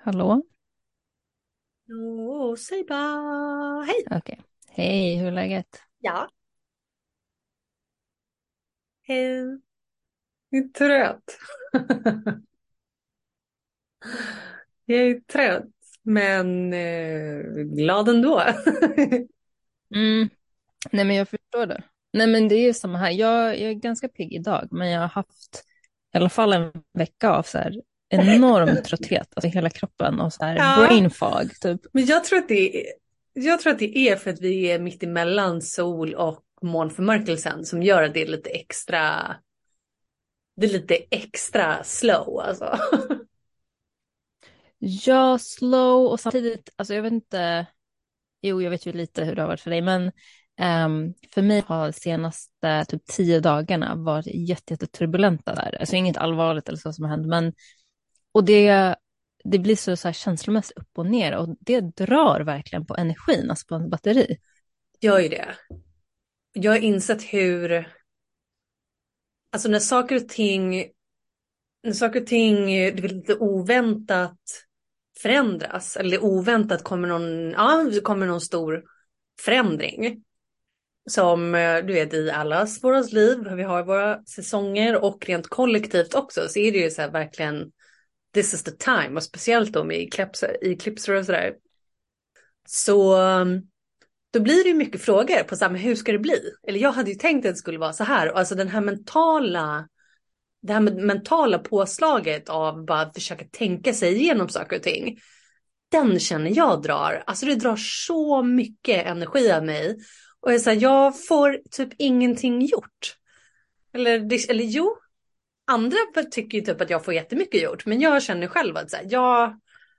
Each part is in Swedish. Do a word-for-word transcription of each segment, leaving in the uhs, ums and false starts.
Hallå? Åh, säg bara hej. Okej. Hej, hur är läget? Ja. Hej. Jag är trött. Jag är trött, men eh, glad ändå. Mm. Nej, men jag förstår det. Nej, men det är ju samma här. Jag, jag är ganska pigg idag, men jag har haft i alla fall en vecka av så här enorm trötthet, alltså i hela kroppen och så här Ja, brain fog, typ. men jag tror att det är, jag tror att det är för att vi är mitt emellan sol och månförmörkelsen som gör att det är lite extra, det är lite extra slow alltså. Ja, slow och samtidigt, alltså jag vet inte, jo, jag vet ju lite hur det har varit för dig, men ehm, för mig har senaste typ tio dagarna varit jätte, jätte turbulenta där. Alltså inget allvarligt eller så som har hänt, men och det, det blir så, så här känslomässigt upp och ner och det drar verkligen på energin, alltså på en batteri. Gör ju det. Jag har insett hur, alltså när saker och ting när saker och ting eh, det är lite oväntat förändras eller oväntat kommer någon, ja, det kommer någon stor förändring som eh, du vet i allas våras liv, vi har våra säsonger och rent kollektivt också så är det ju så här verkligen this is the time och speciellt då med eklipser, eklipser och sådär. Så um, då blir det ju mycket frågor på samma hur ska det bli? Eller jag hade ju tänkt att det skulle vara så här, alltså den här mentala det här med mentala påslaget av bara att försöka tänka sig igenom saker och ting. Den känner jag drar, alltså det drar så mycket energi av mig. Och jag, är så här, jag får typ ingenting gjort. Eller, det- eller jo, andra tycker ju typ att jag får jättemycket gjort. Men jag känner själv att så här, jag,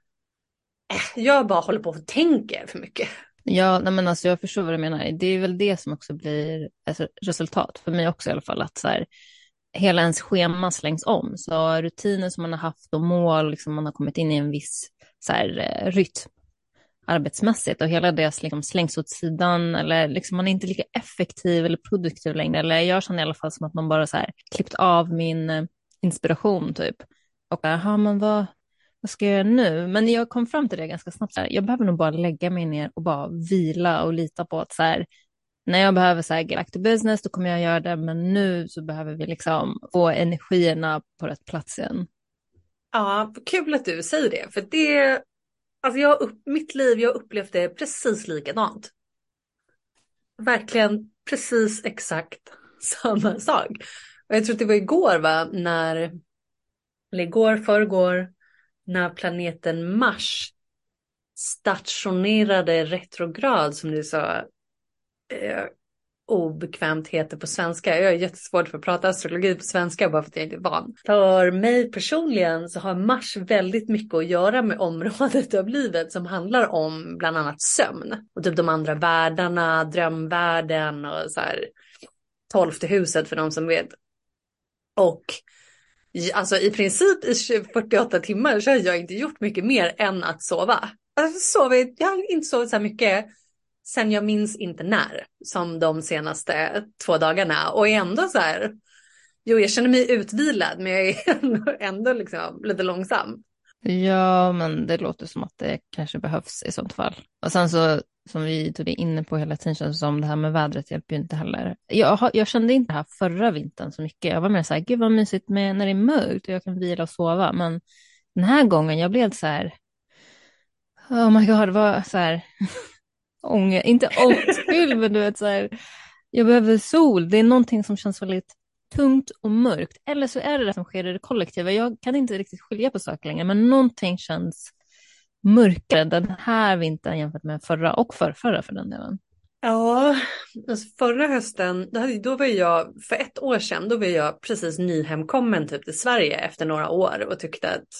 äh, jag bara håller på och tänker för mycket. Ja, nej men alltså jag förstår vad du menar. Det är väl det som också blir alltså, resultat, för mig också i alla fall, att så här, hela ens schema slängs om. Så rutiner som man har haft och mål, liksom man har kommit in i en viss så här, eh, rytm arbetsmässigt och hela det liksom slängs åt sidan eller liksom man är inte lika effektiv eller produktiv längre. Eller jag känner i alla fall som att man bara så här klippt av min eh, inspiration typ. Och jaha, men vad, vad ska jag göra nu? Men jag kom fram till det ganska snabbt. Så här, jag behöver nog bara lägga mig ner och bara vila och lita på att så här, när jag behöver så här, get back to business, då kommer jag göra det. Men nu så behöver vi liksom få energierna på rätt plats igen. Ja, kul att du säger det. För det, alltså jag, har upp, mitt liv, jag har upplevt det precis likadant. Verkligen precis exakt samma sak. Och jag tror att det var igår va, när, eller igår, förrgår, när planeten Mars stationerade retrograd som du sa, eh, obekvämt heter på svenska. Jag är jättesvårt för att prata astrologi på svenska bara för att jag inte är van. För mig personligen så har Mars väldigt mycket att göra med området av livet som handlar om bland annat sömn. Och typ de andra världarna, drömvärlden och så här tolfte huset för de som vet. Och i- alltså i princip i fyrtioåtta timmar så har jag inte gjort mycket mer än att sova. Alltså, sovit, jag har inte sovit så här mycket sen jag minns inte när som de senaste två dagarna. Och är ändå så här, jo jag känner mig utvilad men jag är ändå, ändå liksom lite långsam. Ja, men det låter som att det kanske behövs i sånt fall. Och sen så, som vi tog inne på hela tiden, känns det som det här med vädret hjälper ju inte heller. Jag, har- jag kände inte det här förra vintern så mycket. Jag var mer så här, gud vad mysigt med när det är mörkt och jag kan vila och sova. Men den här gången, jag blev så här, oh my god, vad så här, ångest, inte ångestfylld, men du vet så här, jag behöver sol. Det är någonting som känns väldigt tungt och mörkt. Eller så är det det som sker i det kollektiva. Jag kan inte riktigt skilja på saker längre, men någonting känns mörkare den här vintern jämfört med förra och förrförra för den delen. Ja, alltså förra hösten, då, hade, då var jag, för ett år sedan, då var jag precis nyhemkommen typ till Sverige efter några år och tyckte att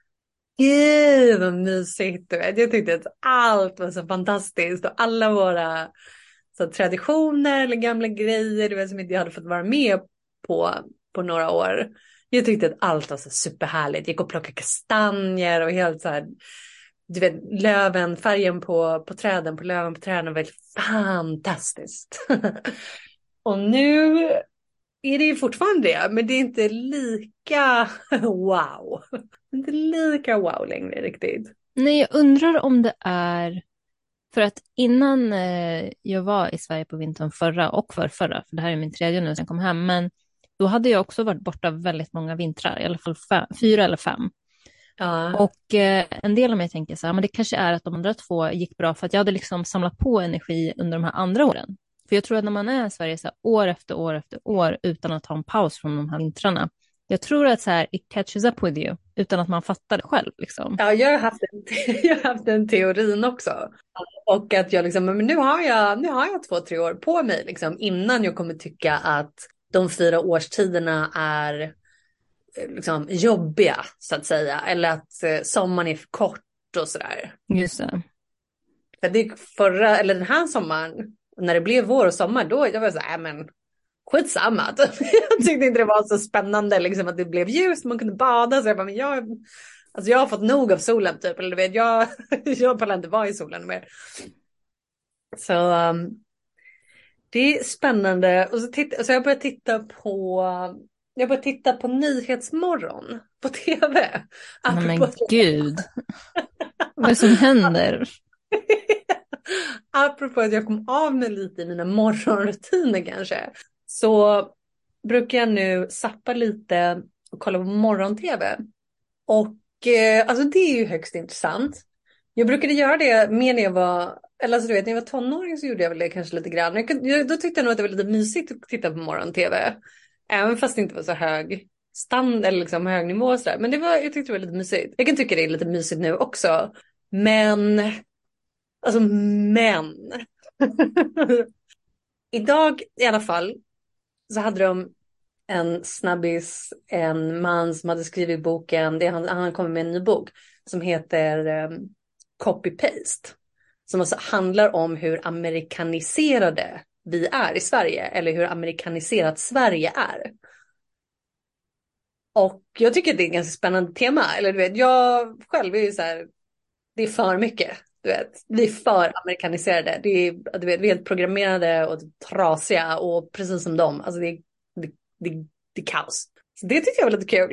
gud vad mysigt. Du vet. Jag tyckte att allt var så fantastiskt och alla våra så, traditioner eller gamla grejer du vet, som inte jag hade fått vara med på på några år. Jag tyckte att allt var så superhärligt. Jag gick och plockade kastanjer och helt så här, du vet, löven, färgen på, på träden, på löven på träden var helt fantastiskt. Och nu är det ju fortfarande det, men det är inte lika wow. Inte lika wow längre riktigt. Nej, jag undrar om det är för att innan eh, jag var i Sverige på vintern förra och för förra, för det här är min tredje nu sen jag kom hem, men då hade jag också varit borta väldigt många vintrar, i alla fall fem, fyra eller fem. Ja. Och eh, en del av mig tänker så här, men det kanske är att de andra två gick bra för att jag hade liksom samlat på energi under de här andra åren. För jag tror att när man är i Sverige så här, år efter år efter år utan att ta en paus från de här vintrarna, jag tror att så här, it catches up with you utan att man fattar det själv. Liksom. Ja, jag har haft en, jag har haft den teorin också. Och att jag liksom, men nu har jag, nu har jag två, tre år på mig liksom, innan jag kommer tycka att de fyra årstiderna är eh, liksom, jobbiga så att säga. Eller att eh, sommaren är för kort och sådär. Just det. För det förra, eller den här sommaren, när det blev vår och sommar, då jag var så här, äh, men skitsamma. Jag tyckte inte det var så spännande liksom, att det blev ljust, man kunde bada. Så jag bara, men jag, alltså, jag har fått nog av solen typ. Eller du vet, jag, jag pallar inte vara i solen mer. Så um, det är spännande. Och så, titt, så jag började titta på jag började titta på Nyhetsmorgon på tv. Nej, men Apropå, gud. Vad är det som händer? apropå att jag kom av mig lite i mina morgonrutiner kanske. Så brukar jag nu sappa lite och kolla på morgon-tv. Och eh, alltså det är ju högst intressant. Jag brukade göra det mer när jag var, eller alltså du vet, när jag var tonåring så gjorde jag väl det kanske lite grann. Jag, jag, då tyckte jag nog att det var lite mysigt att titta på morgon-tv. Även fast det inte var så hög stand eller liksom hög nivå och sådär. Men det var, jag tyckte det var lite mysigt. Jag kan tycka det är lite mysigt nu också. Men, alltså men. Idag i alla fall så hade de en snabbis, en man som hade skrivit boken, det han, han kommer med en ny bok som heter um, Copy-paste. Som alltså handlar om hur amerikaniserade vi är i Sverige, eller hur amerikaniserat Sverige är. Och jag tycker det är ett ganska spännande tema, eller du vet, jag själv är ju så här, det är för mycket. Du vet, vi är för amerikaniserade. Det är, du vet, vi är helt programmerade och trasiga och precis som dem. Alltså det är, det, det, det är kaos. Så det tyckte jag var lite kul.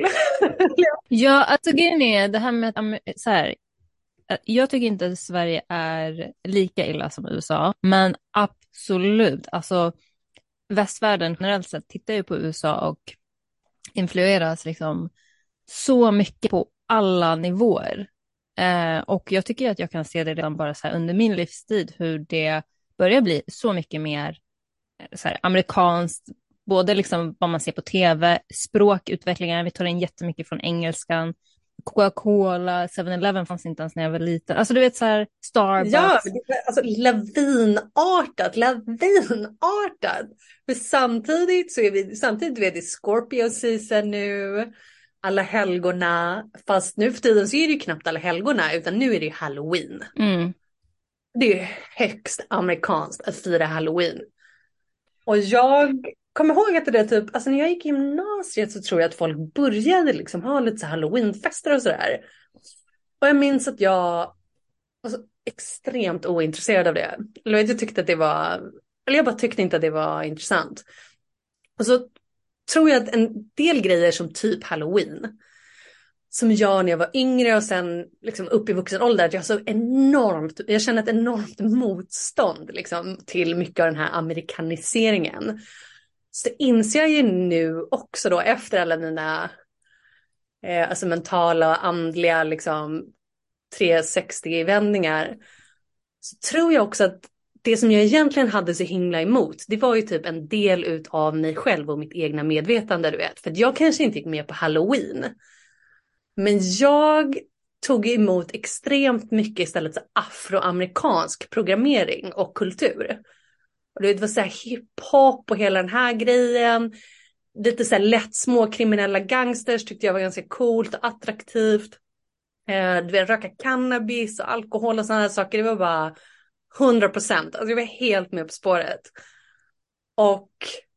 Ja, alltså grejen är det här med att så här, jag tycker inte att Sverige är lika illa som U S A, men absolut, alltså västvärlden generellt sett tittar ju på U S A och influeras liksom så mycket på alla nivåer. Eh, och jag tycker att jag kan se det redan bara så här under min livstid hur det börjar bli så mycket mer så här, amerikanskt, både liksom vad man ser på tv, språkutvecklingen, vi tar in jättemycket från engelskan, Coca-Cola, seven eleven fanns inte ens när jag var liten. Alltså du vet så här, Starbucks. Ja, alltså lavinartat, lavinartat. För samtidigt så är vi, samtidigt vet det Scorpio season nu, alla helgona, fast nu för tiden så är det ju knappt alla helgona, utan nu är det ju Halloween. Mm. Det är ju högst amerikanskt att fira Halloween. Och jag kommer ihåg att det där typ, alltså när jag gick i gymnasiet så tror jag att folk började liksom ha lite så Halloweenfester och sådär. Och jag minns att jag var så extremt ointresserad av det. Eller jag tyckte att det var, eller jag bara tyckte inte att det var intressant. Och så tror jag att en del grejer som typ Halloween, som jag när jag var yngre och sen liksom upp i vuxen ålder, att jag så enormt, jag känner ett enormt motstånd liksom till mycket av den här amerikaniseringen. Så inser jag ju nu också då efter alla mina eh, alltså mentala och andliga liksom trehundrasextio-vändningar, så tror jag också att det som jag egentligen hade så himla emot, det var ju typ en del utav mig själv och mitt egna medvetande, du vet. För jag kanske inte gick med på Halloween. Men jag tog emot extremt mycket istället så afroamerikansk programmering och kultur. Och det var så här hiphop och hela den här grejen. Lite så här lätt små kriminella gangsters tyckte jag var ganska coolt och attraktivt. Eh, du vet, röka cannabis och alkohol och sådana här saker. Det var bara hundra procent. Alltså jag var helt med på spåret. Och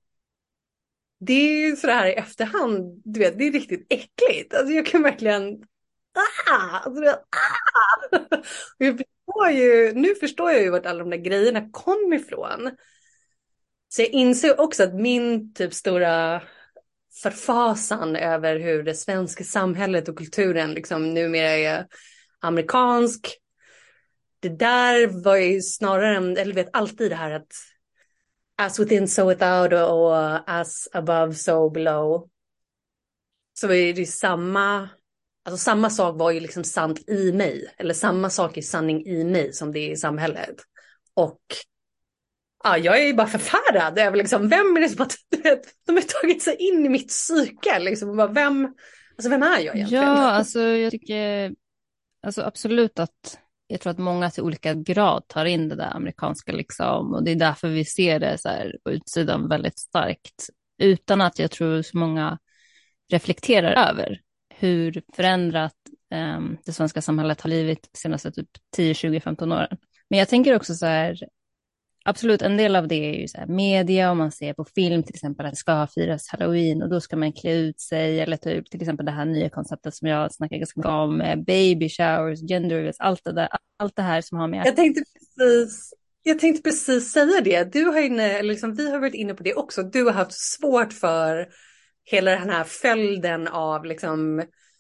det är ju så här i efterhand, du vet, det är riktigt äckligt. Alltså jag kan verkligen, ah! Alltså, ah! Jag förstår ju, nu förstår jag ju vart alla de där grejerna kom ifrån. Så jag inser också att min typ stora förfasan över hur det svenska samhället och kulturen liksom numera är amerikansk. Det där var ju snarare, en, eller vet alltid det här att as within so without och as above so below. Så är det ju samma, alltså samma sak var ju liksom sant i mig. Eller samma sak är sanning i mig som det är i samhället. Och ja, jag är ju bara förfärad över liksom, vem är det som har, vet, de har tagit sig in i mitt psyke liksom. Och bara, vem, alltså vem är jag egentligen? Ja, alltså jag tycker alltså absolut att jag tror att många till olika grad tar in det där amerikanska liksom, och det är därför vi ser det så här på utsidan väldigt starkt, utan att jag tror så många reflekterar över hur förändrat um, det svenska samhället har blivit de senaste typ tio, tjugo, femton åren. Men jag tänker också så här, absolut en del av det är ju så här media, om man ser på film till exempel att det ska firas Halloween och då ska man klä ut sig, eller typ till exempel det här nya konceptet som jag snackar ganska mycket om, baby showers, gender reveals, allt det där, allt det här som har med... Jag tänkte precis, jag tänkte precis säga det. Du har inne, eller liksom, vi har varit inne på det också. Du har haft svårt för hela den här följden av liksom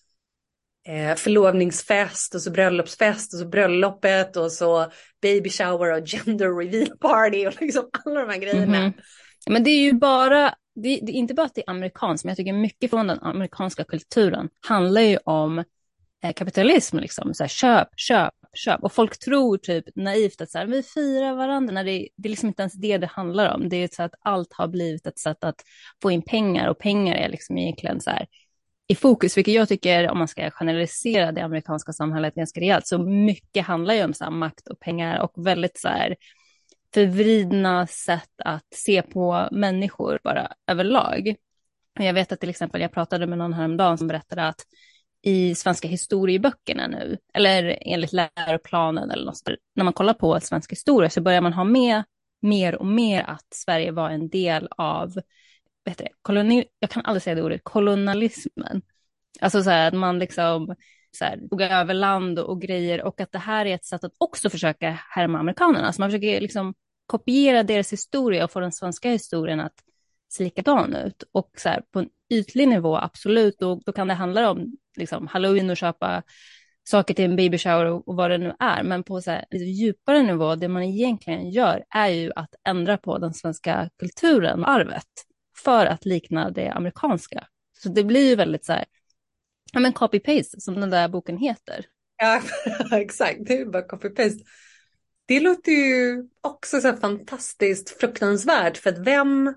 eh, förlovningsfest och så bröllopsfest och så bröllopet och så baby shower och gender reveal party och liksom alla de här grejerna. Mm-hmm. Men det är ju bara, det, det är inte bara att det är amerikanskt, men jag tycker mycket från den amerikanska kulturen handlar ju om eh, kapitalism liksom, så här, köp, köp, köp. Och folk tror typ naivt att så här, vi firar varandra, när det, det är liksom inte ens det det handlar om. Det är så att allt har blivit ett sätt att få in pengar, och pengar är liksom egentligen så här i fokus, vilket jag tycker, om man ska generalisera det amerikanska samhället ganska rejält, så mycket handlar ju om så här, makt och pengar och väldigt så här förvridna sätt att se på människor bara överlag. Jag vet att till exempel jag pratade med någon häromdagen som berättade att i svenska historieböckerna nu, eller enligt läroplanen eller något, när man kollar på svensk historia så börjar man ha med mer och mer att Sverige var en del av, vet du, koloni, jag kan aldrig säga det ordet, kolonialismen. Alltså så här att man liksom så här, tog över land och, och grejer, och att det här är ett sätt att också försöka härma amerikanerna. Så man försöker liksom kopiera deras historia och få den svenska historien att se likadan ut. Och så här, på en ytlig nivå, absolut, då, då kan det handla om liksom, Halloween och köpa saker till en baby shower och, och vad det nu är. Men på så här, lite djupare nivå, det man egentligen gör är ju att ändra på den svenska kulturen och arvet för att likna det amerikanska. Så det blir ju väldigt så här, ja men copy-paste som den där boken heter. Ja, exakt. Det är bara copy-paste. Det låter ju också så här fantastiskt fruktansvärt, för att vem,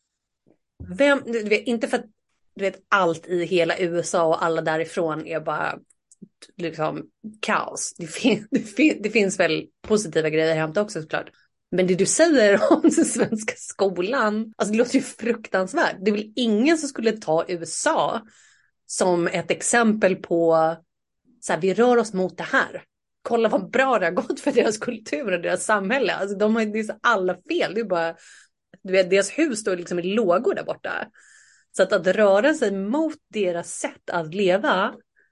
vem du vet, inte för att du vet, allt i hela U S A och alla därifrån är bara liksom kaos. Det, fin, det, fin, det finns väl positiva grejer att hämta också såklart. Men det du säger om den svenska skolan, alltså det låter ju fruktansvärt. Det är väl ingen som skulle ta U S A som ett exempel på så här, vi rör oss mot det här. Kolla vad bra det har gått för deras kultur och deras samhälle. Alltså de har det är så alla fel. Det är bara, du vet, deras hus står liksom i lågor där borta. Så att, att röra sig mot deras sätt att leva,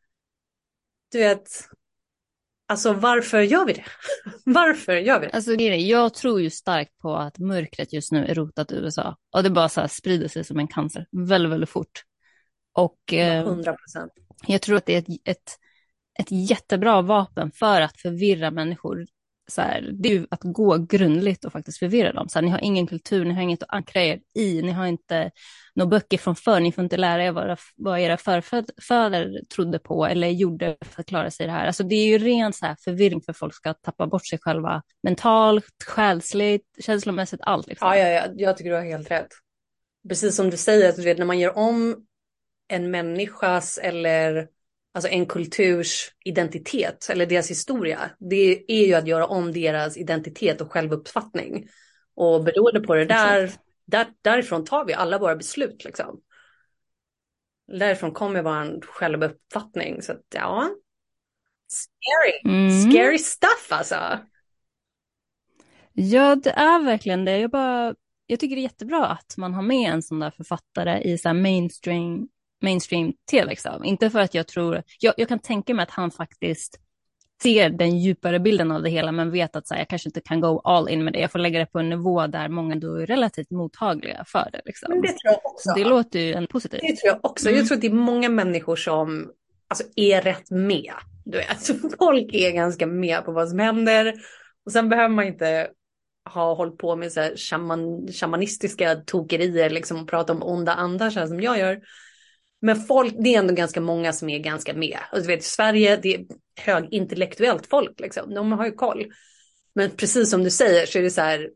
du vet, alltså varför gör vi det? Varför gör vi det? Alltså jag tror ju starkt på att mörkret just nu är rotat i U S A. Och det bara så här sprider sig som en cancer väldigt, väldigt fort. Och eh, hundra procent. Jag tror att det är ett, ett, ett jättebra vapen för att förvirra människor. Så här, det är ju att gå grundligt och faktiskt förvirra dem. Så här, ni har ingen kultur, ni har inget att ankra er i, ni har inte några böcker från förr, ni får inte lära er vad, vad era förfäder trodde på eller gjorde för att klara sig i det här. Alltså det är ju ren så här förvirring, för folk ska tappa bort sig själva mentalt, själsligt, känslomässigt, allt. Liksom. Ja, ja, ja, jag tycker du har helt rätt. Precis som du säger, att du vet, när man gör om en människas eller alltså en kulturs identitet eller deras historia, det är ju att göra om deras identitet och självuppfattning. Och beroende på det där, där därifrån tar vi alla våra beslut liksom. Därifrån kommer vår självuppfattning, så att ja. Scary. Mm. Scary stuff alltså. Ja, det är verkligen det. Jag bara jag tycker det är jättebra att man har med en sån där författare i så här mainstream mainstream till liksom. Inte för att jag tror, jag, jag kan tänka mig att han faktiskt ser den djupare bilden av det hela, men vet att så här, jag kanske inte kan go all in med det. Jag får lägga det på en nivå där många då är relativt mottagliga för det. Liksom. Men det tror jag också. Så det låter ju en positiv. Det tror jag också. Mm. Jag tror att det är många människor som alltså, är rätt med. Du vet, folk är ganska med på vad som händer. Och sen behöver man inte ha hållit på med så här shaman, shamanistiska tokerier liksom, och prata om onda andar så här som jag gör. Men folk, det är ändå ganska många som är ganska med. Och du vet, i Sverige, det är högintellektuellt folk liksom. De har ju koll. Men precis som du säger så är det så här,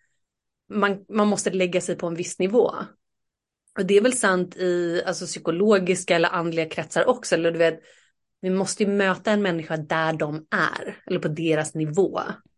man, man måste lägga sig på en viss nivå. Och det är väl sant i alltså, psykologiska eller andliga kretsar också. Eller du vet, vi måste ju möta en människa där de är. Eller på deras nivå.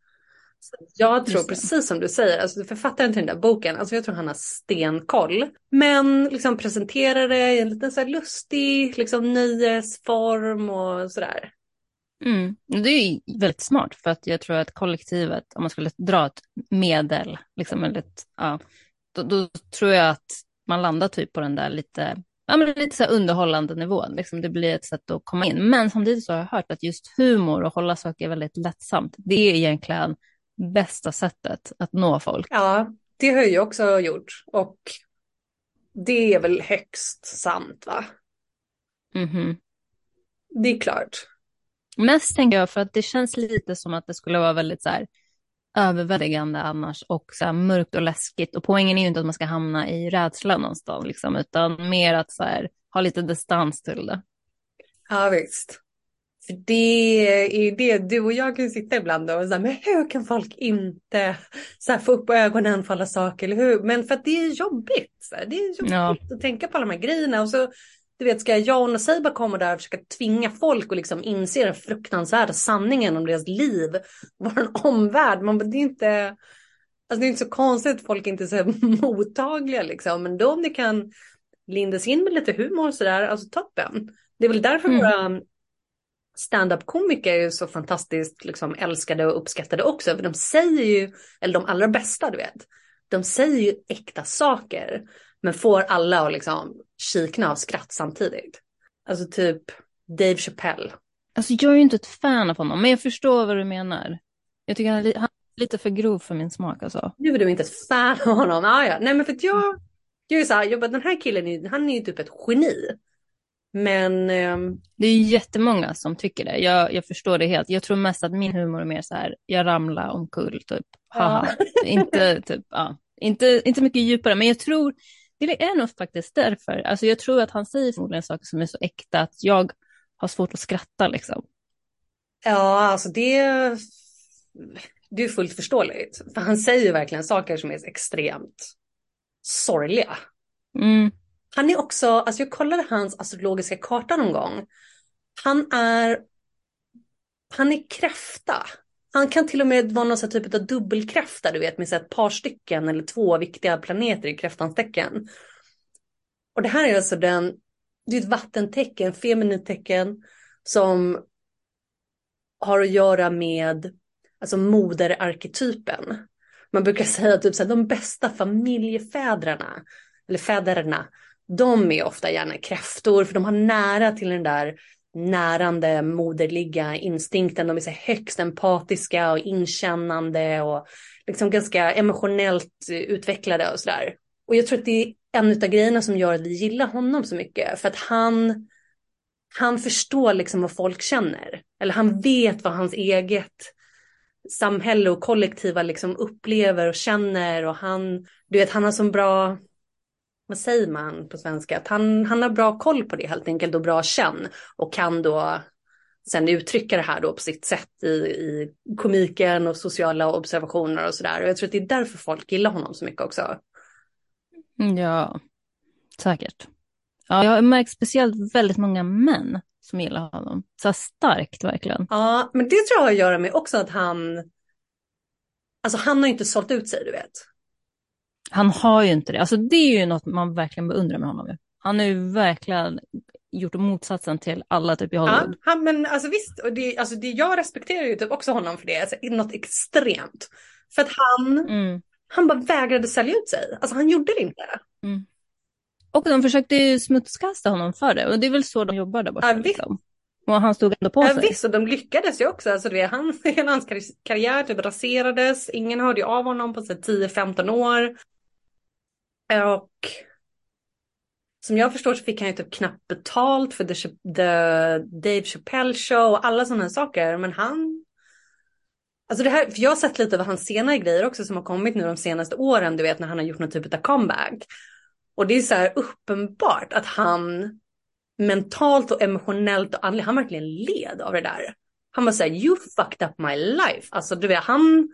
Så jag tror precis som du säger, alltså författaren till den där boken, alltså jag tror han har stenkoll. Men liksom presenterar det i en liten så här lustig liksom nöjesform och sådär. Mm. Det är ju väldigt smart för att jag tror att kollektivet, om man skulle dra ett medel, liksom en lite, ja, då, då tror jag att man landar typ på den där lite, ja, men lite så här underhållande nivån. Liksom det blir ett sätt att komma in. Men samtidigt så har jag hört att just humor och hålla saker väldigt lättsamt, det är egentligen bästa sättet att nå folk. Ja, det har jag också gjort. Och det är väl högst sant, va? Mm-hmm. Det är klart. Mest tänker jag för att det känns lite som att det skulle vara väldigt så här överväldigande annars och så här mörkt och läskigt. Och poängen är ju inte att man ska hamna i rädsla någonstans, liksom, utan mer att så här, ha lite distans till det. Ja, visst. För det är ju det, du och jag kan sitta ibland och säga, men hur kan folk inte så här, få upp ögonen för alla saker, eller hur? Men för att det är jobbigt. Så här, det är jobbigt Ja. att tänka på alla de här grejerna. Och så, du vet, ska jag och Seiba komma där och försöka tvinga folk och liksom inse den fruktansvärda sanningen om deras liv, vår omvärld. Man, det är inte, alltså det är inte så konstigt att folk inte är så mottagliga liksom. Men då om det kan lindas in med lite humor och sådär, alltså toppen. Det är väl därför Mm. våra stand-up-komiker är ju så fantastiskt liksom älskade och uppskattade också. För de säger ju, eller de allra bästa du vet, de säger ju äkta saker. Men får alla att liksom kikna av skratt samtidigt. Alltså typ Dave Chappelle. Alltså jag är ju inte ett fan av honom, men jag förstår vad du menar. Jag tycker han är, li- han är lite för grov för min smak alltså. Nu är du inte ett fan av honom. Ah, ja. Nej men för att jag, jag är så här, jag bara, den här killen, han är ju typ ett geni. Men ehm, Det är ju jättemånga som tycker det. Jag, jag förstår det helt. Jag tror mest att min humor är mer så här, jag ramlar omkull typ. Haha. inte, typ, ja. inte, inte mycket djupare, men jag tror, det är nog faktiskt därför. Alltså jag tror att han säger förmodligen saker som är så äkta att jag har svårt att skratta liksom. ja, alltså det, det är fullt förståeligt. För han säger ju verkligen saker som är extremt sorgliga. Mm. Han är också, alltså jag kollade hans astrologiska karta någon gång. Han är, han är kräfta. Han kan till och med vara någon sån typ av dubbelkräfta, du vet, med så ett par stycken eller två viktiga planeter i kräftans tecken. Och det här är alltså den, det är ett vattentecken, feminint tecken, som har att göra med alltså moderarketypen. Man brukar säga typ så här, de bästa familjefäderna, eller fäderna, de är ofta gärna kräftor, för de har nära till den där närande moderliga instinkten. De är så högst empatiska och inkännande och liksom ganska emotionellt utvecklade och sådär. Och jag tror att det är en av grejerna som gör att vi gillar honom så mycket. För att han, han förstår liksom vad folk känner. Eller han vet vad hans eget samhälle och kollektiva liksom upplever och känner. Och han, du vet, han har så bra, vad säger man på svenska? Att han, han har bra koll på det helt enkelt och bra känn. Och kan då sen uttrycka det här då på sitt sätt i, i komiken och sociala observationer och sådär. Och jag tror att det är därför folk gillar honom så mycket också. Ja, säkert. Ja, jag har märkt speciellt väldigt många män som gillar honom. Så starkt verkligen. Ja, men det tror jag har att göra med också att han, alltså han har ju inte sålt ut sig, du vet. Han har ju inte det. Alltså det är ju något man verkligen beundrar med honom. Han har ju verkligen gjort motsatsen till alla typ i Hollywood. Ja, han, men alltså visst, och det, alltså det, jag respekterar ju typ också honom för det. Alltså, något extremt. För att han, Mm. han bara vägrade sälja ut sig. Alltså han gjorde det inte. Mm. Och de försökte ju smutskasta honom för det. Och det är väl så de jobbar där borta. Ja, visst. Liksom. Och han stod ändå på Ja, sig. visst, och de lyckades ju också. Alltså, det, han, hela hans kar- karriär typ raserades. Ingen hörde ju av honom på tio femton år. Och som jag förstår så fick han ju typ knappt betalt för The, the Dave Chappelle show och alla sådana saker. Men han, alltså det här, för jag har sett lite av hans senare grejer också som har kommit nu de senaste åren, du vet när han har gjort någon typ av comeback. Och det är så här uppenbart att han mentalt och emotionellt och andligt, han verkligen led av det där. Han var såhär, you fucked up my life. Alltså du vet, han,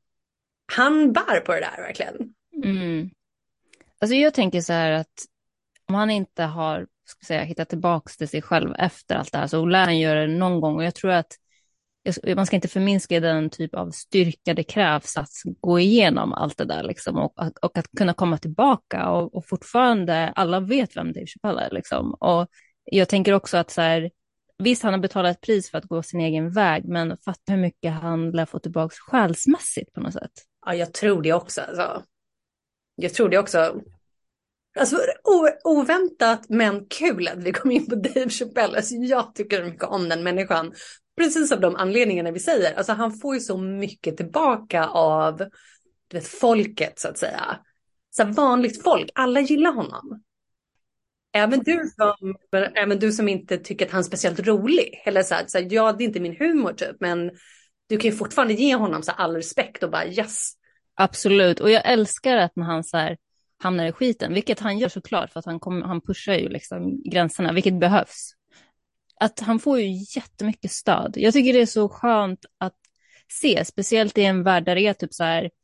han bär på det där verkligen. Mm. Alltså jag tänker så här att om han inte har, ska säga, hittat tillbaka till sig själv efter allt det här så lär han göra det någon gång. Och jag tror att man ska inte förminska den typ av styrka det krävs att gå igenom allt det där liksom, och, att, och att kunna komma tillbaka och, och fortfarande, alla vet vem Dave Chappelle är liksom. Och jag tänker också att så här, visst han har betalat ett pris för att gå sin egen väg, men fatta hur mycket han lär få tillbaka själsmässigt på något sätt. Ja, jag tror det också. Alltså. Jag tror det också. Alltså o- oväntat men kul att vi kom in på Dave Chappelle. Alltså, jag tycker mycket om den människan. Precis av de anledningarna vi säger. Alltså han får ju så mycket tillbaka av du vet, folket så att säga. Så vanligt folk, alla gillar honom. Även du som, även du som inte tycker att han är speciellt rolig. Eller så här, så här, ja det är inte min humor typ. Men du kan ju fortfarande ge honom så här, all respekt och bara yes. Absolut, och jag älskar att när han så här hamnar i skiten, vilket han gör såklart för att han, kom, han pushar ju liksom gränserna, vilket behövs. Att han får ju jättemycket stöd. Jag tycker det är så skönt att se, speciellt i en värld där det är typ så här,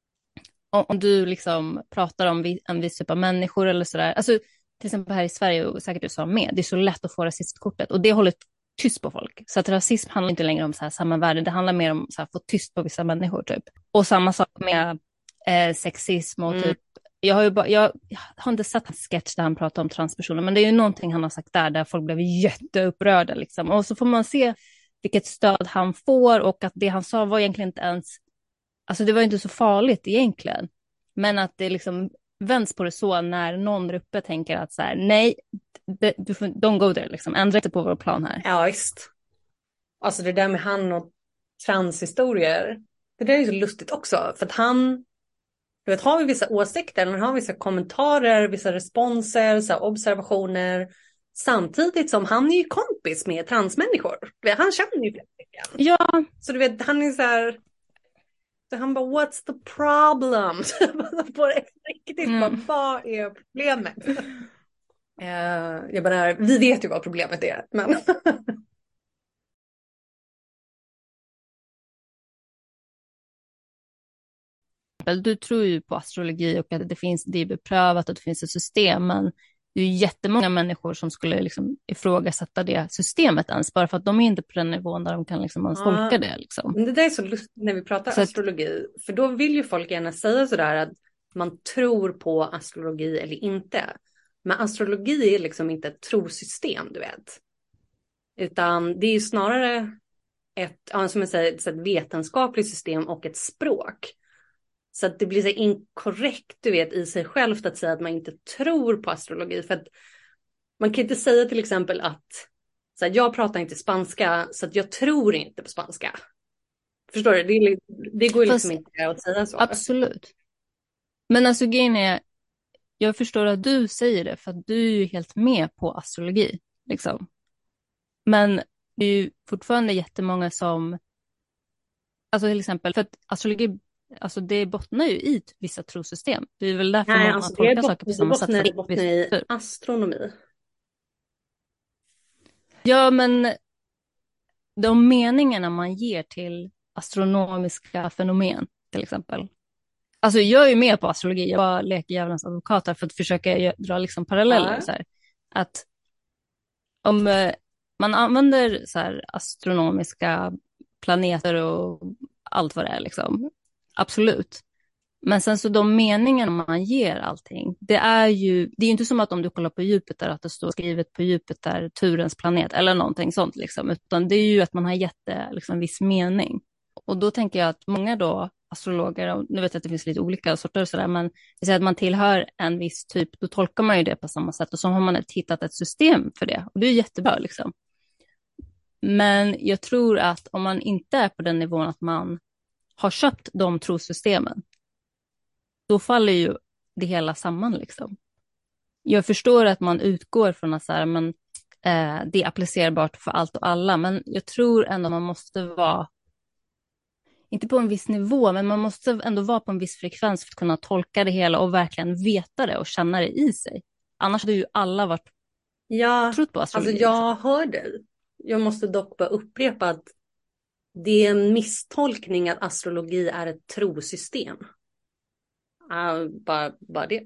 om, om du liksom pratar om vi, en viss typ av människor eller sådär, alltså till exempel här i Sverige och säkert USA med, det är så lätt att få rasistkortet och det håller tyst på folk. Så att rasism handlar inte längre om så här samma värde, det handlar mer om så här få tyst på vissa människor typ. Och samma sak med eh, sexism och typ, mm. jag, har ju ba, jag, jag har inte sett en sketch där han pratar om transpersoner, men det är ju någonting han har sagt där, där folk blev jätteupprörda liksom. Och så får man se vilket stöd han får och att det han sa var egentligen inte ens, alltså det var inte så farligt egentligen. Men att det liksom vänds på det så när någon där uppe tänker att så här, nej, det, du får, don't go there, liksom. Ändra inte på vår plan här. Ja, visst. Alltså det där med han och transhistorier, det där är ju så lustigt också. För att han, du vet, har vi vissa åsikter, han har vissa kommentarer, vissa responser, så här, observationer. Samtidigt som han är ju kompis med transmänniskor. Han känner ju flera stycken. Ja. Så du vet, han är så här... Så han bara, what's the problem? På riktigt, mm. Vad är problemet? uh, jag bara, vi vet ju vad problemet är. Men... Du tror ju på astrologi och att det finns, det är beprövat och det finns ett system, men det är ju jättemånga människor som skulle liksom ifrågasätta det systemet ens, bara för att de är inte på den nivån där de kan liksom ens tolka ja, det. Liksom. Det där är så lustigt när vi pratar så astrologi, att... för då vill ju folk gärna säga sådär att man tror på astrologi eller inte. Men astrologi är liksom inte ett trosystem, du vet. Utan det är ju snarare ett, som jag säger, ett vetenskapligt system och ett språk. Så att det blir så inkorrekt, du vet, i sig självt att säga att man inte tror på astrologi. För att man kan inte säga till exempel att så här, jag pratar inte spanska så att jag tror inte på spanska. Förstår du? Det, det går ju liksom inte att säga så. Absolut. Men alltså grejen är, jag förstår att du säger det för att du är ju helt med på astrologi. Liksom. Men det är ju fortfarande jättemånga som, alltså till exempel, för att astrologi, alltså det bottnar ju i vissa trosystem. Det är väl därför Nej, man alltså tolkar det saker på samma sätt. Det bottnar i astronomi. Ja, men de meningarna man ger till astronomiska fenomen till exempel. Alltså jag är ju med på astrologi. Jag bara leker djävulens advokat för att försöka dra liksom paralleller. Ja. Så här. Att om man använder så här astronomiska planeter och allt vad det är liksom. Absolut. Men sen så de meningarna man ger allting, det är ju, det är ju inte som att om du kollar på Jupiter att det står skrivet på Jupiter, turens planet eller någonting sånt liksom, utan det är ju att man har gett det liksom en viss mening. Och då tänker jag att många då astrologer, och nu vet jag att det finns lite olika sorter och sådär, men det säger att man tillhör en viss typ, då tolkar man ju det på samma sätt och så har man hittat ett system för det och det är jättebra liksom. Men jag tror att om man inte är på den nivån att man har köpt de trosystemen, då faller ju det hela samman liksom. jag förstår att man utgår från att så här, men, eh, det är applicerbart för allt och alla, men jag tror ändå man måste vara, inte på en viss nivå, men man måste ändå vara på en viss frekvens för att kunna tolka det hela och verkligen veta det och känna det i sig. Annars hade ju alla varit Ja, trott på alltså astrologi. jag hör dig. Jag måste dock bara upprepa att det är en misstolkning att astrologi är ett trosystem. Uh, bara, bara det.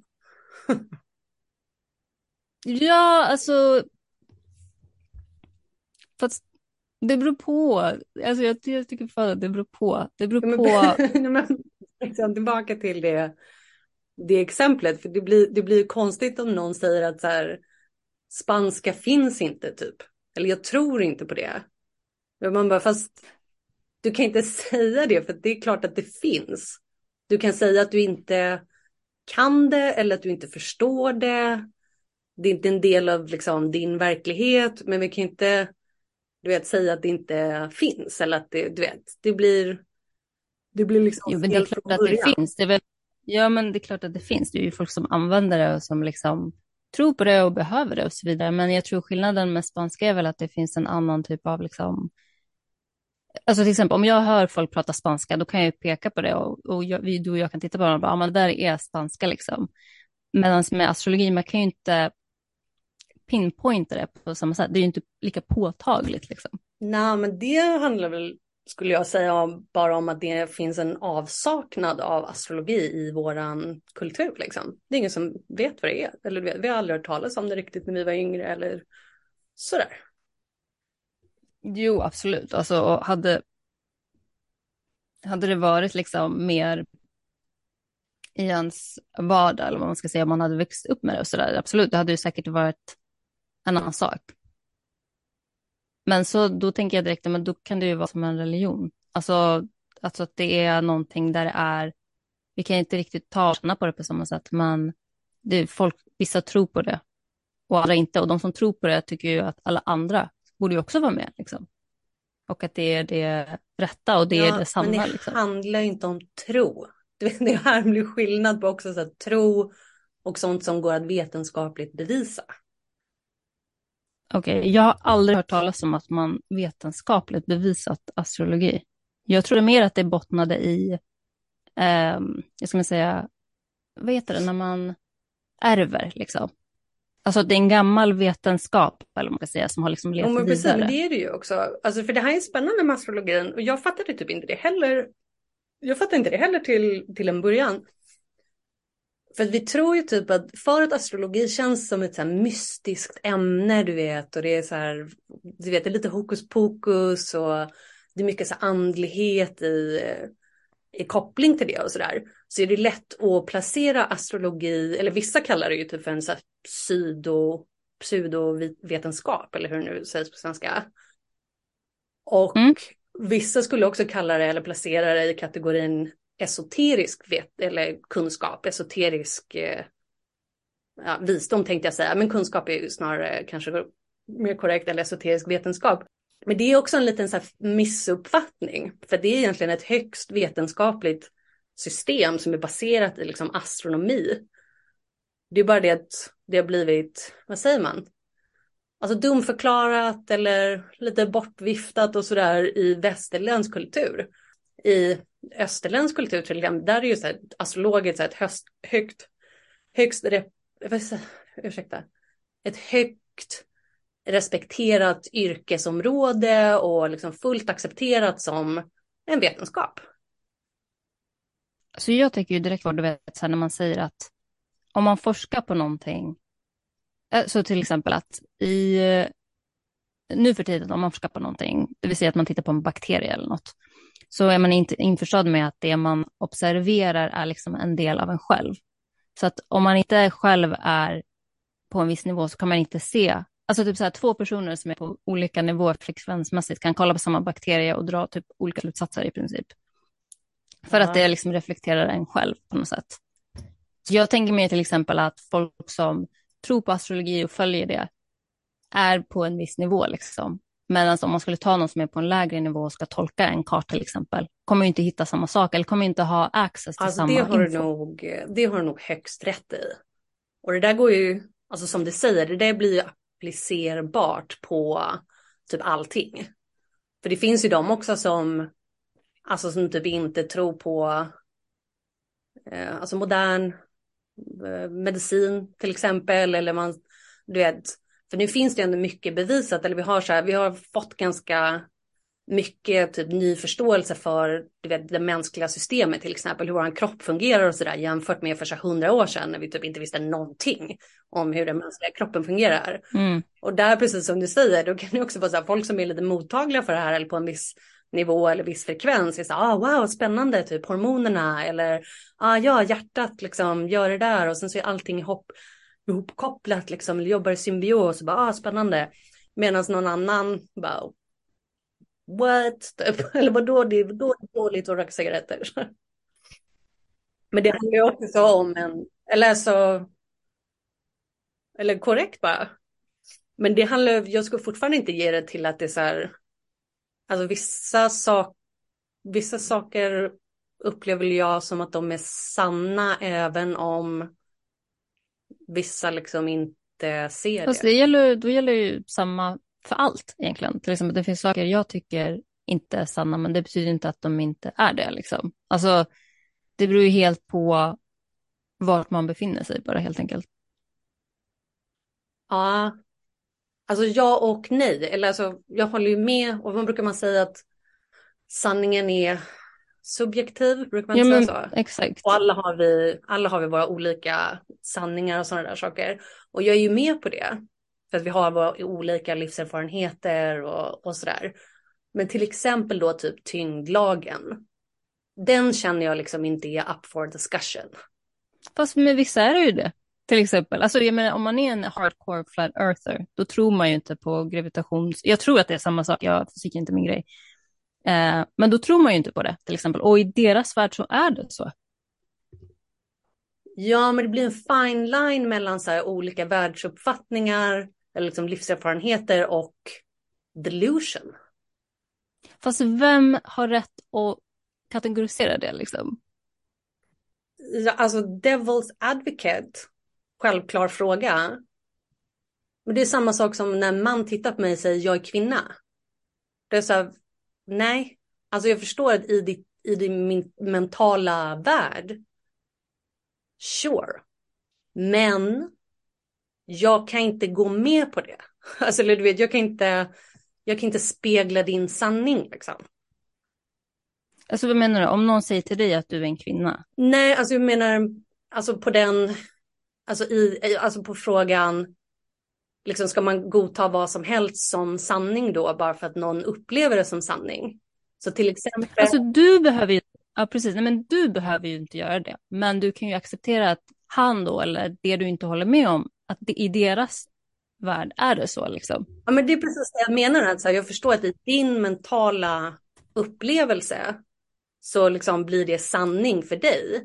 Ja, alltså, fast det beror på. Alltså, jag, jag tycker fan att det beror på. Det beror Ja, men, på. men, liksom, tillbaka till det, det exemplet. För det blir, det blir konstigt om någon säger att så här, spanska finns inte typ. Eller jag tror inte på det. Men man bara, fast du kan inte säga det för det är klart att det finns. Du kan säga att du inte kan det eller att du inte förstår det. Det är inte en del av liksom, din verklighet. Men vi kan inte, du vet, säga att det inte finns. Eller att det, du vet, det blir, det blir liksom Jo, men det är fel klart från att det början. finns. Det är väl, ja, men det är klart att det finns. Det är ju folk som använder det och som liksom tror på det och behöver det och så vidare. Men jag tror skillnaden med spanska är väl att det finns en annan typ av liksom. Alltså till exempel om jag hör folk prata spanska, då kan jag ju peka på det och, och jag, vi, du och jag kan titta på det och bara, ja men det där är spanska liksom. Medan med astrologi, man kan ju inte pinpointa det på samma sätt. Det är ju inte lika påtagligt liksom. Nej, men det handlar väl, skulle jag säga, om, bara om att det finns en avsaknad av astrologi i våran kultur. Liksom. Det är ingen som vet vad det är. Eller vi har aldrig hört talas om det riktigt när vi var yngre eller sådär. Jo, absolut. Alltså, och hade, hade det varit liksom mer i ens vardag, eller vad man ska säga, om man hade växt upp med det och sådär, absolut, det hade ju säkert varit en annan sak. Men så då tänker jag direkt, men då kan det ju vara som en religion. Alltså, alltså att det är någonting där det är, vi kan inte riktigt ta och känna på det på samma sätt, men det är folk, vissa tror på det och andra inte. Och de som tror på det tycker ju att alla andra borde ju också vara med. Liksom. Och att det är det rätta och det är Ja, det sanna. men det Liksom. handlar ju inte om tro. Du vet, det här blir skillnad på också så att tro och sånt som går att vetenskapligt bevisa. Okej, jag har aldrig hört talas om att man vetenskapligt bevisat astrologi. Jag trodde mer att det bottnade i, eh, jag ska säga, vad heter det, när man ärver liksom. Alltså att det är en gammal vetenskap, eller man ska säga, som har liksom Jo, levt men precis, vidare. men det är det ju också. Alltså, för det här är spännande med astrologin och jag fattade typ inte det heller. Jag fattade inte det heller till, till en början. För att vi tror ju typ att för att astrologi känns som ett så här mystiskt ämne, du vet, och det är så här, du vet, det är lite hokus pokus och det är mycket så här andlighet i, i koppling till det och sådär. Så är det lätt att placera astrologi, eller vissa kallar det ju typ för en så här pseudo, pseudovetenskap, eller hur det nu sägs på svenska. Och Mm. vissa skulle också kalla det eller placera det i kategorin esoterisk vet, eller kunskap, esoterisk eh, ja, visdom tänkte jag säga, men kunskap är ju snarare kanske mer korrekt, eller esoterisk vetenskap. Men det är också en liten så här missuppfattning, för det är egentligen ett högst vetenskapligt system som är baserat i liksom astronomi. Det är bara det att det har blivit, vad säger man? Alltså dumförklarat eller lite bortviftat och sådär i västerländsk kultur. I österländsk kultur till exempel, där är ju så här, astrologer så här, ett höst, högt, högst, vad säger, ursäkta, ett högt respekterat yrkesområde och liksom fullt accepterat som en vetenskap. Så jag tänker ju direkt vad du vet, så här, när man säger att om man forskar på någonting, så till exempel att i nu för tiden om man forskar på någonting, det vill säga att man tittar på en bakterie eller något, så är man inte införstådd med att det man observerar är liksom en del av en själv. Så att om man inte själv är på en viss nivå så kan man inte se, alltså typ så här två personer som är på olika nivåer frekvensmässigt kan kolla på samma bakterie och dra typ olika slutsatser i princip. För Ja. att det liksom reflekterar en själv på något sätt. Så jag tänker mig till exempel att folk som tror på astrologi och följer det är på en viss nivå liksom. Medan om man skulle ta någon som är på en lägre nivå och ska tolka en karta till exempel, kommer ju inte hitta samma sak eller kommer inte ha access till Alltså samma det har, du info. nog, det har du nog högst rätt i. Och det där går ju alltså som du säger, det där blir ju applicerbart på typ allting. För det finns ju de också som, alltså som typ inte tror på eh, alltså modern eh, medicin till exempel. Eller man, du vet, för nu finns det ändå mycket bevisat, eller vi har så här, vi har fått ganska mycket typ ny förståelse för, du vet, det mänskliga systemet till exempel, hur vår kropp fungerar och sådär, jämfört med för så hundra år sedan när vi typ inte visste någonting om hur den mänskliga kroppen fungerar. Mm. Och där, precis som du säger, då kan det också vara så här, folk som är lite mottagliga för det här eller på en viss nivå eller viss frekvens är så här, ah, wow, spännande, typ hormonerna, eller ah, ja, hjärtat liksom gör det där, och sen så är allting ihop, ihopkopplat liksom, eller jobbar i symbios och bara, ah, spännande. Medan någon annan bara, what? Eller vadå, det är då dåligt att röka cigaretter. Men det handlar ju också om en, eller så, eller korrekt bara. Men det handlar, jag skulle fortfarande inte ge det till att det är så här, alltså vissa, sak, vissa saker upplever jag som att de är sanna även om vissa liksom inte ser Fast det. det gäller, då gäller ju samma för allt egentligen. Till exempel det finns saker jag tycker inte är sanna, men det betyder inte att de inte är det liksom. Alltså det beror ju helt på vart man befinner sig bara helt enkelt. Ja, alltså ja och nej. Eller alltså, jag håller ju med, och vad brukar man säga, att sanningen är subjektiv, brukar man Ja, inte men, säga så? exakt. Och alla har vi, alla har vi våra olika sanningar och sådana där saker. Och jag är ju med på det. För att vi har våra olika livserfarenheter och, och sådär. Men till exempel då typ tyngdlagen. Den känner jag liksom inte är up for discussion. Fast med vissa är det ju det. Till exempel, alltså jag menar, om man är en hardcore flat earther, då tror man ju inte på gravitations... Jag tror att det är samma sak, jag fysik är inte min grej. Eh, men då tror man ju inte på det, till exempel. Och i deras värld så är det så. Ja, men det blir en fine line mellan så här olika världsuppfattningar, eller liksom livserfarenheter, och delusion. Fast vem har rätt att kategorisera det liksom? Ja, alltså devil's advocate, självklar fråga. Men det är samma sak som när man tittar på mig och säger jag är kvinna. Det är så här, nej. Alltså jag förstår att i, ditt, i din min mentala värld, sure. Men jag kan inte gå med på det. Alltså du vet, jag kan inte, jag kan inte spegla din sanning liksom. Alltså vad menar du? Om någon säger till dig att du är en kvinna? Nej, alltså jag menar, alltså på den, alltså, i, alltså på frågan, liksom ska man godta vad som helst som sanning då, bara för att någon upplever det som sanning? Så till exempel... Alltså du behöver ju, ja precis, nej, men du behöver ju inte göra det. Men du kan ju acceptera att han då, eller det du inte håller med om, att det, i deras värld är det så liksom. Ja, men det är precis det jag menar. Alltså, jag förstår att i din mentala upplevelse så liksom blir det sanning för dig.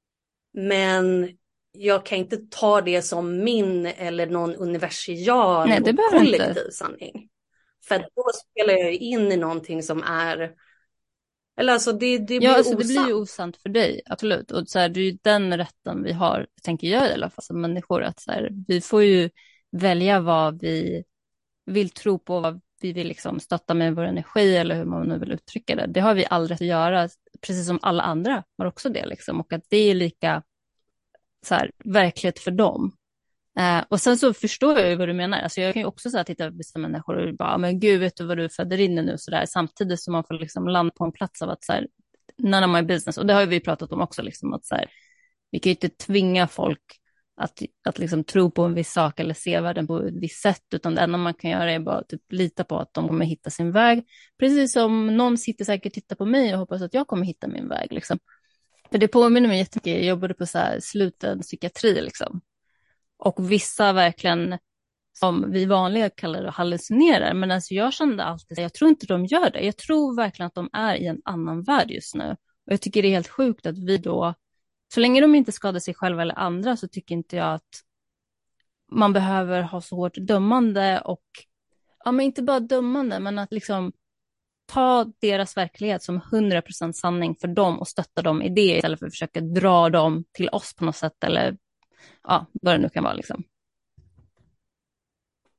Men jag kan inte ta det som min eller någon universial Nej, det och kollektiv inte. sanning. För då spelar jag in i någonting som är... Eller alltså det, det blir Ja, alltså, osant. det blir ju osant för dig, absolut. Och så här, det är ju den rätten vi har, tänker jag i alla fall, som människor. Att så här, vi får ju välja vad vi vill tro på, vad vi vill liksom stötta med vår energi, eller hur man nu vill uttrycka det. Det har vi all rätt att göra, precis som alla andra har också det. Liksom. Och att det är lika så här, verklighet för dem. Eh, och sen så förstår jag ju vad du menar. Alltså jag kan ju också så här, titta på vissa människor och bara, men gud, vet du vad du föder in nu? Så där, samtidigt som man får liksom landa på en plats av att så här, none of my business. Och det har ju vi pratat om också, liksom, att så här, vi kan ju inte tvinga folk att, att liksom tro på en viss sak eller se världen på ett visst sätt, utan det enda man kan göra är bara typ lita på att de kommer hitta sin väg. Precis som någon sitter säkert och tittar på mig och hoppas att jag kommer hitta min väg. Liksom. För det påminner mig jättemycket, jag jobbade på så här sluten psykiatri liksom. Och vissa verkligen, som vi vanliga kallar det, hallucinerar. Men alltså jag kände alltid, jag tror inte de gör det. Jag tror verkligen att de är i en annan värld just nu. Och jag tycker det är helt sjukt att vi då, så länge de inte skadar sig själva eller andra, så tycker inte jag att man behöver ha så hårt dömande och, ja men inte bara dömande, men att liksom ta deras verklighet som hundra procent sanning för dem och stötta dem i det istället för att försöka dra dem till oss på något sätt eller ja, vad det nu kan vara liksom.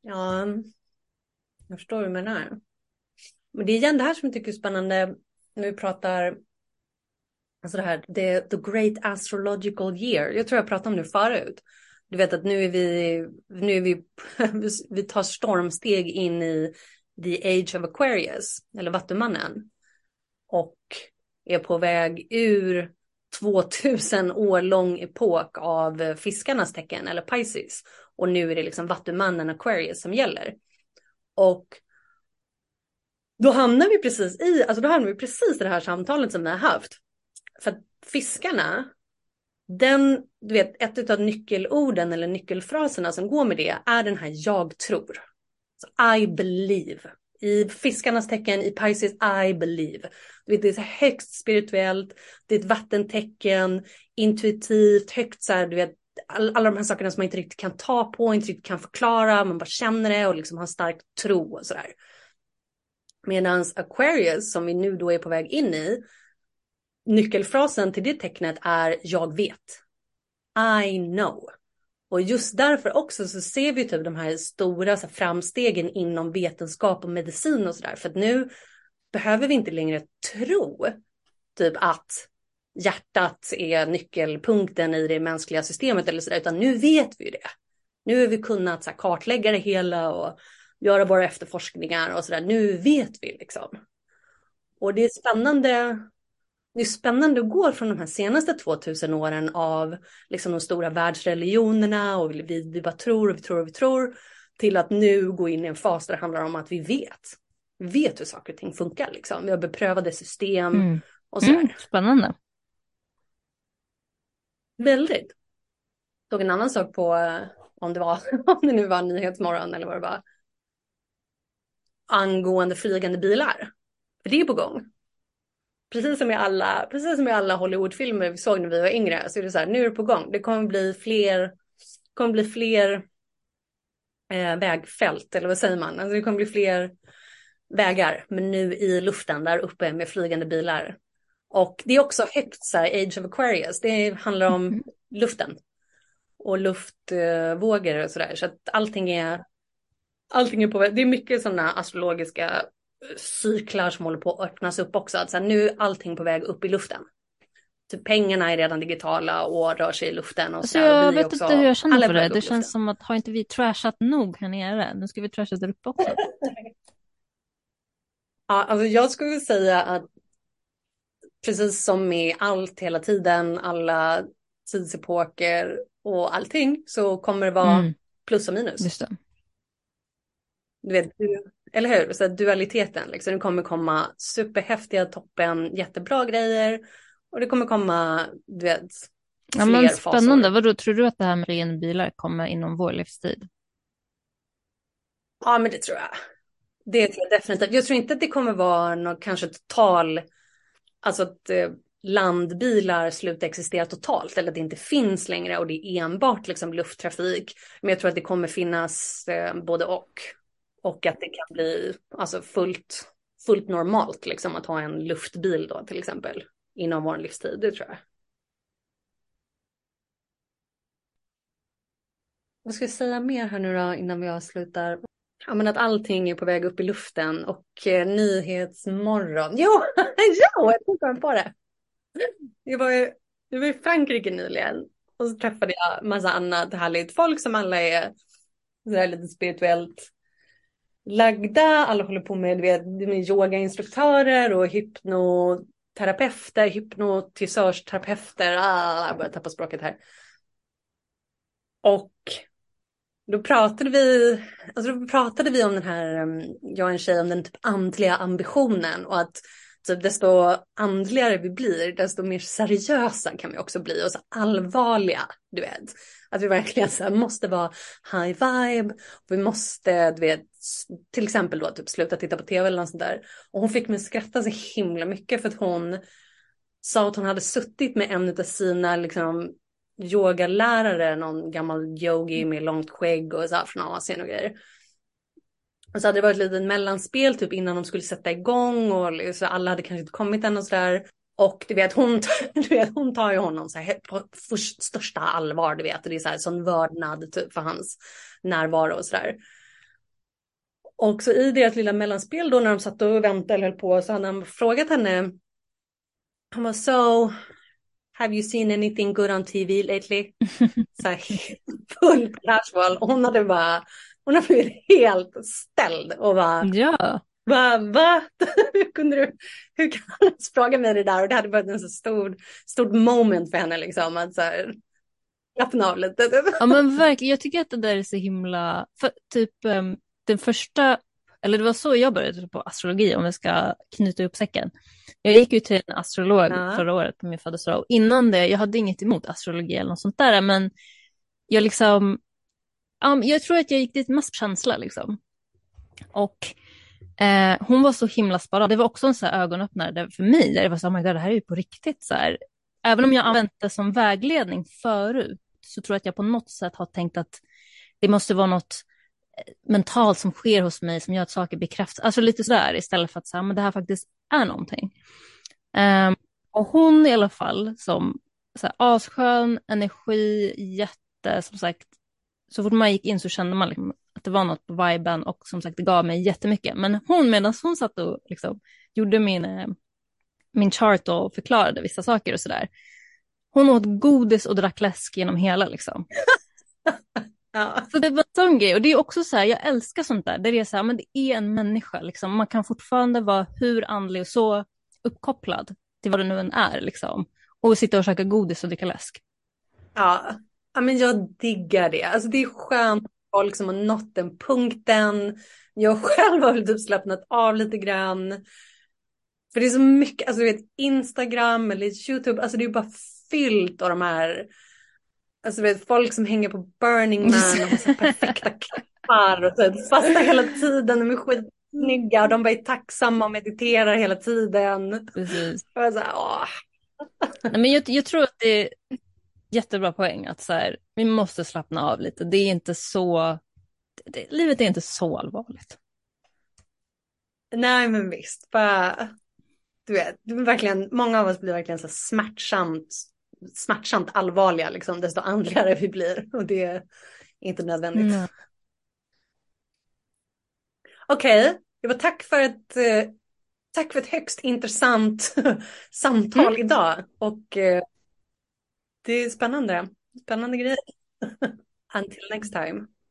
Ja, jag förstår hur du menar. Men det är igen det här som jag tycker är spännande när vi pratar, alltså det här, the, the great astrological year. Jag tror jag pratade om det förut. Du vet att nu är vi, nu är vi, vi tar stormsteg in i the age of Aquarius, eller Vattumannen. Och är på väg ur tvåtusen år lång epok av fiskarnas tecken, eller Pisces. Och nu är det liksom Vattumannen Aquarius som gäller. Och då hamnar vi precis i, alltså då hamnar vi precis i det här samtalet som vi har haft. För att fiskarna, den, du vet, ett av nyckelorden eller nyckelfraserna som går med det är den här jag tror. Så I believe. I fiskarnas tecken, i Pisces, I believe. Du vet, det är så högst spirituellt, det är ett vattentecken, intuitivt, högt så här, du vet, all, alla de här sakerna som man inte riktigt kan ta på, inte riktigt kan förklara, man bara känner det och liksom har en stark tro och sådär. Medan Aquarius, som vi nu då är på väg in i, nyckelfrasen till det tecknet är jag vet. I know. Och just därför också så ser vi typ de här stora så här, framstegen inom vetenskap och medicin och sådär. För att nu behöver vi inte längre tro typ att hjärtat är nyckelpunkten i det mänskliga systemet eller sådär. Utan nu vet vi ju det. Nu har vi kunnat så här, kartlägga det hela och göra våra efterforskningar och sådär. Nu vet vi liksom. Och det är spännande. Det är spännande att gå från de här senaste tvåtusen åren av liksom de stora världsreligionerna och vi, vi bara tror och vi tror och vi tror till att nu gå in i en fas där det handlar om att vi vet. Vi vet hur saker och ting funkar liksom. Vi har beprövade system Mm. och sådär. Mm, spännande. Väldigt. Jag såg en annan sak på, om det var, om det nu var Nyhetsmorgon eller vad det var, angående flygande bilar. För det är på gång. Precis som i alla, precis som i alla Hollywoodfilmer vi såg när vi var yngre så är det så här, nu är det på gång. Det kommer bli fler, kommer bli fler eh, vägfält, eller vad säger man? Alltså det kommer bli fler vägar, men nu i luften där uppe med flygande bilar. Och det är också högt så här, Age of Aquarius. Det handlar om Mm. luften och luftvågor och sådär. Så att allting är, allting är på väg. Det är mycket sådana astrologiska cyklar som håller på att öppnas upp också. Att så här, nu är allting på väg upp i luften. Typ pengarna är redan digitala och rör sig i luften. Och Alltså så här, och jag vi vet också, inte hur jag känner alla är för på väg det. upp Det i luften. känns som att har inte vi trashat nog här nere? Nu ska vi trasha där uppe också. Ja, alltså jag skulle säga att precis som med allt hela tiden, alla tidsepoker och allting, så kommer det vara Mm, plus och minus. just det. Du vet, du, eller hur? Så dualiteten, liksom. Det kommer komma superhäftiga, toppen, jättebra grejer. Och det kommer komma, du vet, Ja, fler men spännande. fasor. Vadå, tror du att det här med ren bilar kommer inom vår livstid? Ja, men det tror jag. Det tror jag definitivt. Jag tror inte att det kommer vara någon kanske total, alltså att eh, landbilar slutar existera totalt eller att det inte finns längre och det är enbart liksom lufttrafik. Men jag tror att det kommer finnas eh, både och. Och att det kan bli alltså fullt, fullt normalt liksom att ha en luftbil då till exempel inom vår livstid, det tror jag. Vad ska jag säga mer här nu då innan vi avslutar? Ja, men att allting är på väg upp i luften och eh, Nyhetsmorgon. Jo, jo, jag tänkte på det. Jag var, ju, jag var i Frankrike nyligen och så träffade jag massa annat härligt folk som alla är sådär lite spirituellt lagda. Alla håller på med, du vet, med yogainstruktörer och hypnoterapeuter, hypnotisörsterapeuter. Ah, jag börjar tappa språket här. Och då pratade vi, alltså då pratade vi om den här, jag och en tjej, om den typ andliga ambitionen och att typ desto andligare vi blir, desto mer seriösa kan vi också bli och så allvarliga, du vet. Att vi verkligen så här måste vara high vibe, vi måste, du vet, till exempel då typ sluta titta på tv eller något sånt där. Och hon fick mig skratta så himla mycket för att hon sa att hon hade suttit med en av sina liksom yogalärare, någon gammal yogi med långt skägg och så här från Asien och grejer. Och så hade det varit ett litet mellanspel typ innan de skulle sätta igång och så alla hade kanske inte kommit än och sådär. Och du vet, hon, du vet, hon tar ju honom så här på största allvar, du vet. Och det är så här sån vördnad typ för hans närvaro och sådär. Och så i deras lilla mellanspel då när de satt och väntade eller höll på så hade han frågat henne. Han var so, have you seen anything good on T V lately? Så här, full casual. Hon hade bara, hon hade blivit helt ställd och bara, Ja. va, va? Hur kunde du, hur kan du ens fråga mig det där? Och det hade varit en så stor, stort moment för henne liksom. Att så här, slappna av lite. Ja men verkligen, jag tycker att det där är så himla, för typ um, den första, eller det var så jag började på astrologi om jag ska knyta upp säcken. Jag gick ju till en astrolog Ja. förra året på min födelsedag och innan det, jag hade inget emot astrologi eller något sånt där, men jag liksom, um, jag tror att jag gick dit mest på känsla liksom. Och eh, hon var så himla sparad, det var också en så här ögonöppnare för mig, där det var så, oh my God, det här är ju på riktigt så här. Även om jag använt det som vägledning förut, så tror jag att jag på något sätt har tänkt att det måste vara något mentalt som sker hos mig som gör att saker bekräftas. Alltså lite sådär istället för att säga, men det här faktiskt är någonting. Um, och hon i alla fall som så här, asskön, energi, jätte, som sagt, så fort man gick in så kände man liksom att det var något på viben och som sagt det gav mig jättemycket. Men hon, medan hon satt och liksom gjorde min, eh, min chart och förklarade vissa saker och sådär. Hon åt godis och drack läsk genom hela liksom. Ja. Så det var en sån grej. Och det är också så här, jag älskar sånt där. Där det är så här, men det är en människa liksom. Man kan fortfarande vara hur andlig och så uppkopplad till vad det nu än är liksom. Och sitta och käka godis och dricka läsk. Ja. Ja, men jag diggar det. Alltså det är skönt att folk liksom har nått den punkten. Jag själv har väl typ slappnat av lite grann. För det är så mycket, alltså du vet Instagram eller YouTube, alltså det är bara fyllt av de här, alltså du vet folk som hänger på Burning Man och har så perfekta klappar och så fasta hela tiden, de är skitsnygga och de bara är tacksamma och mediterar hela tiden. Precis. Och jag så här, åh. Nej, men jag, jag tror att det är jättebra poäng att så här, vi måste slappna av lite. Det är inte så, det, livet är inte så allvarligt. Nej men visst, bara, du vet, det är verkligen, många av oss blir verkligen så smärtsamt, smärtsamt allvarliga liksom, desto andligare vi blir och det är inte nödvändigt. Mm. Okej, okay. Det var tack för ett eh, tack för ett högst intressant samtal Mm. idag och eh, det är spännande, spännande grejer. Until next time.